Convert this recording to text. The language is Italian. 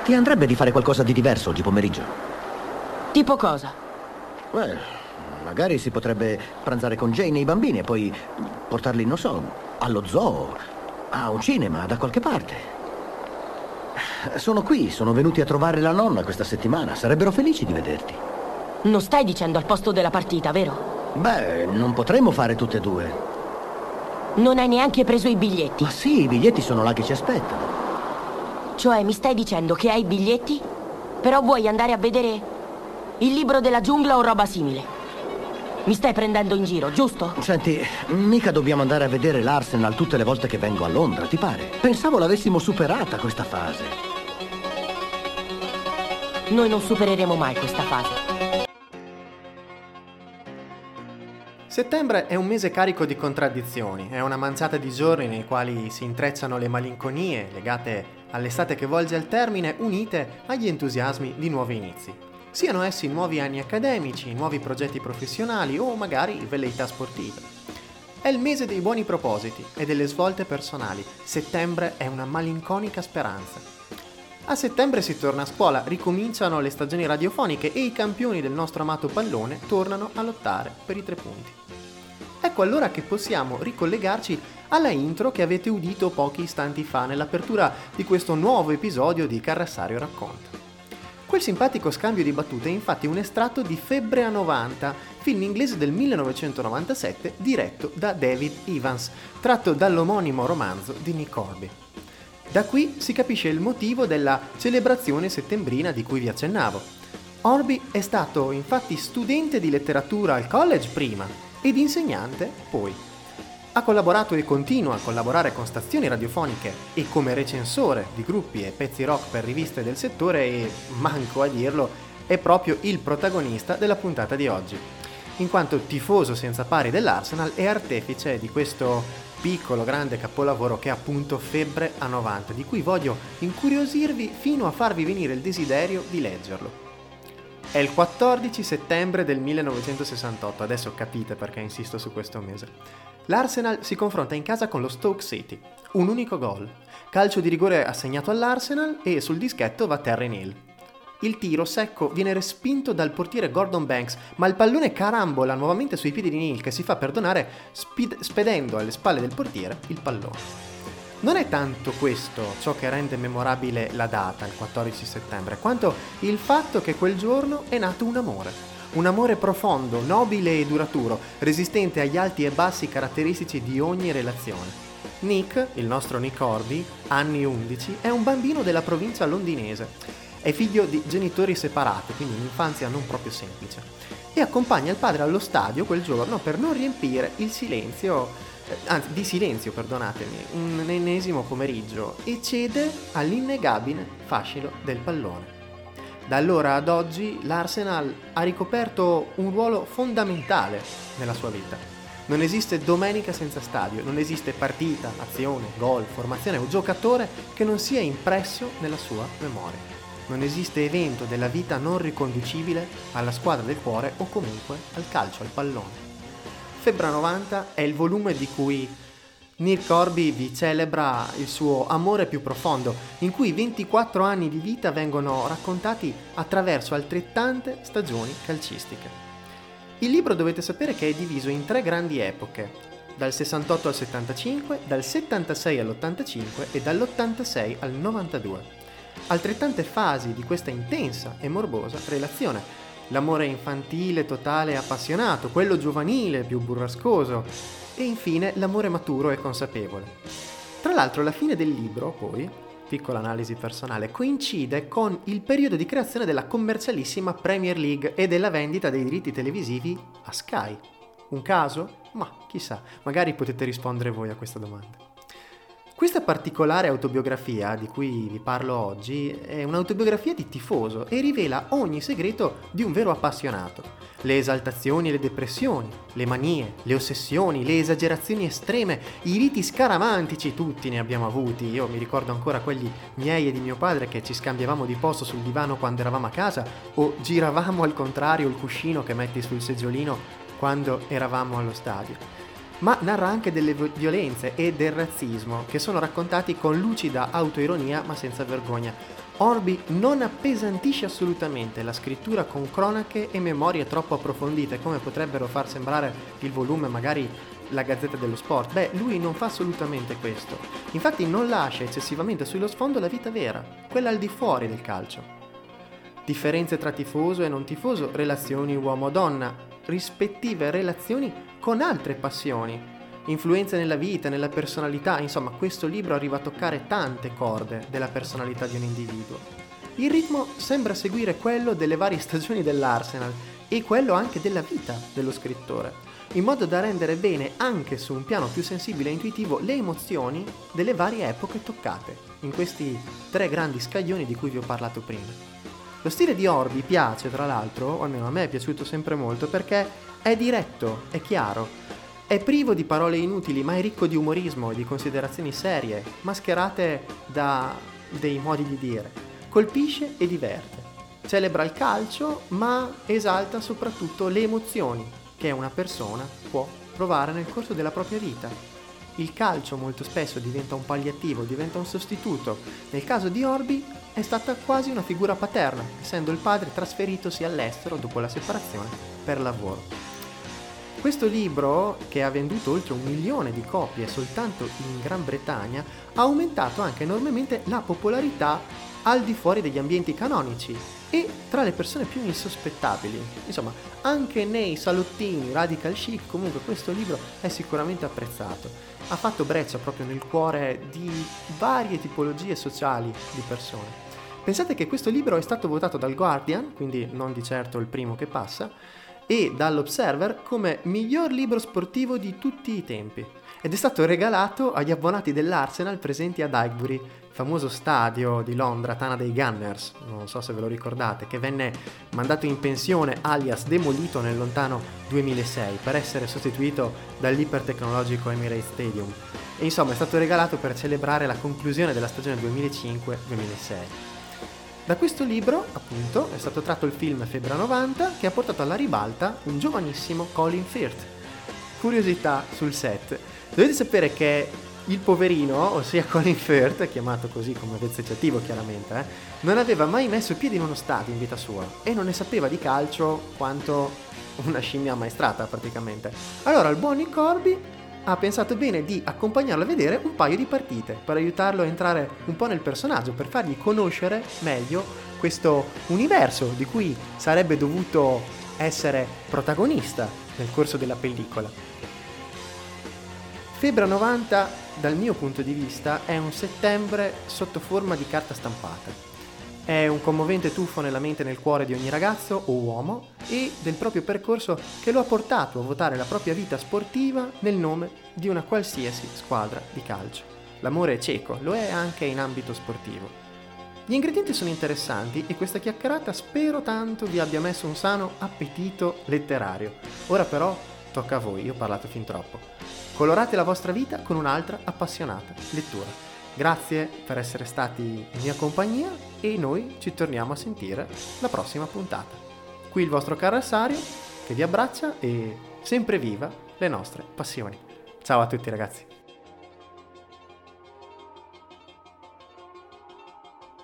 Ti andrebbe di fare qualcosa di diverso oggi pomeriggio? Tipo cosa? Beh, magari si potrebbe pranzare con Jane e i bambini e poi portarli, non so, allo zoo, a un cinema, da qualche parte. Sono qui, sono venuti a trovare la nonna questa settimana. Sarebbero felici di vederti. Non stai dicendo al posto della partita, vero? Beh, non potremmo fare tutte e due. Non hai neanche preso i biglietti. Ma sì, i biglietti sono là che ci aspettano. Cioè, mi stai dicendo che hai i biglietti? Però vuoi andare a vedere il libro della giungla o roba simile? Mi stai prendendo in giro, giusto? Senti, mica dobbiamo andare a vedere l'Arsenal tutte le volte che vengo a Londra, ti pare? Pensavo l'avessimo superata questa fase. Noi non supereremo mai questa fase. Settembre è un mese carico di contraddizioni, è una manciata di giorni nei quali si intrecciano le malinconie legate all'estate che volge al termine, unite agli entusiasmi di nuovi inizi. Siano essi nuovi anni accademici, nuovi progetti professionali o magari velleità sportive. È il mese dei buoni propositi e delle svolte personali. Settembre è una malinconica speranza. A settembre si torna a scuola, ricominciano le stagioni radiofoniche e i campioni del nostro amato pallone tornano a lottare per i 3 punti. Ecco allora che possiamo ricollegarci alla intro che avete udito pochi istanti fa nell'apertura di questo nuovo episodio di Carrassario Racconta. Quel simpatico scambio di battute è infatti un estratto di Febbre a 90, film inglese del 1997 diretto da David Evans, tratto dall'omonimo romanzo di Nick Hornby. Da qui si capisce il motivo della celebrazione settembrina di cui vi accennavo. Hornby è stato infatti studente di letteratura al college prima ed insegnante poi. Ha collaborato e continua a collaborare con stazioni radiofoniche e come recensore di gruppi e pezzi rock per riviste del settore e, manco a dirlo, è proprio il protagonista della puntata di oggi, in quanto tifoso senza pari dell'Arsenal e artefice di questo piccolo grande capolavoro che è appunto Febbre a 90, di cui voglio incuriosirvi fino a farvi venire il desiderio di leggerlo. È il 14 settembre del 1968, adesso capite perché insisto su questo mese. L'Arsenal si confronta in casa con lo Stoke City, un unico gol. Calcio di rigore assegnato all'Arsenal e sul dischetto va Terry Neal. Il tiro secco viene respinto dal portiere Gordon Banks, ma il pallone carambola nuovamente sui piedi di Neal che si fa perdonare spedendo alle spalle del portiere il pallone. Non è tanto questo ciò che rende memorabile la data, il 14 settembre, quanto il fatto che quel giorno è nato un amore profondo, nobile e duraturo, resistente agli alti e bassi caratteristici di ogni relazione. Nick, il nostro Nick Hornby, anni 11, è un bambino della provincia londinese. È figlio di genitori separati, quindi un'infanzia non proprio semplice. E accompagna il padre allo stadio quel giorno per non riempire il silenzio un ennesimo pomeriggio e cede all'innegabile fascino del pallone. Da allora ad oggi l'Arsenal ha ricoperto un ruolo fondamentale nella sua vita. Non esiste domenica senza stadio, non esiste partita, azione, gol, formazione o giocatore che non sia impresso nella sua memoria. Non esiste evento della vita non riconducibile alla squadra del cuore o comunque al calcio, al pallone. Febbre 90 è il volume di cui Nick Hornby vi celebra il suo amore più profondo, in cui 24 anni di vita vengono raccontati attraverso altrettante stagioni calcistiche. Il libro dovete sapere che è diviso in 3 grandi epoche, dal 68 al 75, dal 76 all'85 e dall'86 al 92. Altrettante fasi di questa intensa e morbosa relazione. L'amore infantile, totale e appassionato, quello giovanile, più burrascoso, e infine l'amore maturo e consapevole. Tra l'altro la fine del libro, poi, piccola analisi personale, coincide con il periodo di creazione della commercialissima Premier League e della vendita dei diritti televisivi a Sky. Un caso? Ma chissà, magari potete rispondere voi a questa domanda. Questa particolare autobiografia di cui vi parlo oggi è un'autobiografia di tifoso e rivela ogni segreto di un vero appassionato. Le esaltazioni e le depressioni, le manie, le ossessioni, le esagerazioni estreme, i riti scaramantici, tutti ne abbiamo avuti. Io mi ricordo ancora quelli miei e di mio padre che ci scambiavamo di posto sul divano quando eravamo a casa o giravamo al contrario il cuscino che metti sul seggiolino quando eravamo allo stadio. ma narra anche delle violenze e del razzismo che sono raccontati con lucida autoironia ma senza vergogna. Orby non appesantisce assolutamente la scrittura con cronache e memorie troppo approfondite come potrebbero far sembrare il volume magari la Gazzetta dello Sport. Beh, lui non fa assolutamente questo. Infatti non lascia eccessivamente sullo sfondo la vita vera, quella al di fuori del calcio. Differenze tra tifoso e non tifoso, relazioni uomo-donna, rispettive relazioni con altre passioni, influenze nella vita, nella personalità. Insomma, questo libro arriva a toccare tante corde della personalità di un individuo. Il ritmo sembra seguire quello delle varie stagioni dell'Arsenal e quello anche della vita dello scrittore, in modo da rendere bene anche su un piano più sensibile e intuitivo le emozioni delle varie epoche toccate in questi 3 grandi scaglioni di cui vi ho parlato prima. Lo stile di Orby piace, tra l'altro, o almeno a me è piaciuto sempre molto, perché è diretto, è chiaro, è privo di parole inutili, ma è ricco di umorismo e di considerazioni serie, mascherate da dei modi di dire. Colpisce e diverte. Celebra il calcio, ma esalta soprattutto le emozioni che una persona può provare nel corso della propria vita. Il calcio molto spesso diventa un palliativo, diventa un sostituto. Nel caso di Orby è stata quasi una figura paterna, essendo il padre trasferitosi all'estero dopo la separazione per lavoro. Questo libro, che ha venduto oltre 1 milione di copie soltanto in Gran Bretagna, ha aumentato anche enormemente la popolarità al di fuori degli ambienti canonici e tra le persone più insospettabili. Insomma, anche nei salottini radical chic comunque questo libro è sicuramente apprezzato. Ha fatto breccia proprio nel cuore di varie tipologie sociali di persone. Pensate che questo libro è stato votato dal Guardian, quindi non di certo il primo che passa, e dall'Observer come miglior libro sportivo di tutti i tempi. Ed è stato regalato agli abbonati dell'Arsenal presenti ad Highbury, il famoso stadio di Londra, tana dei Gunners, non so se ve lo ricordate, che venne mandato in pensione alias demolito nel lontano 2006 per essere sostituito dall'ipertecnologico Emirates Stadium. E insomma è stato regalato per celebrare la conclusione della stagione 2005-2006. Da questo libro, appunto, è stato tratto il film Febbre 90, che ha portato alla ribalta un giovanissimo Colin Firth. Curiosità sul set. Dovete sapere che il poverino, ossia Colin Firth, chiamato così come vezzeggiativo chiaramente, non aveva mai messo piede in uno stadio in vita sua e non ne sapeva di calcio quanto una scimmia ammaestrata praticamente. Allora il buon Nick Orby ha pensato bene di accompagnarlo a vedere un paio di partite per aiutarlo a entrare un po' nel personaggio, per fargli conoscere meglio questo universo di cui sarebbe dovuto essere protagonista nel corso della pellicola. Febbre 90, dal mio punto di vista, è un settembre sotto forma di carta stampata. È un commovente tuffo nella mente e nel cuore di ogni ragazzo o uomo e del proprio percorso che lo ha portato a votare la propria vita sportiva nel nome di una qualsiasi squadra di calcio. L'amore è cieco, lo è anche in ambito sportivo. Gli ingredienti sono interessanti e questa chiacchierata spero tanto vi abbia messo un sano appetito letterario. Ora però tocca a voi, io ho parlato fin troppo. Colorate la vostra vita con un'altra appassionata lettura. Grazie per essere stati in mia compagnia e noi ci torniamo a sentire la prossima puntata. Qui il vostro Carrassario che vi abbraccia e sempre viva le nostre passioni. Ciao a tutti ragazzi.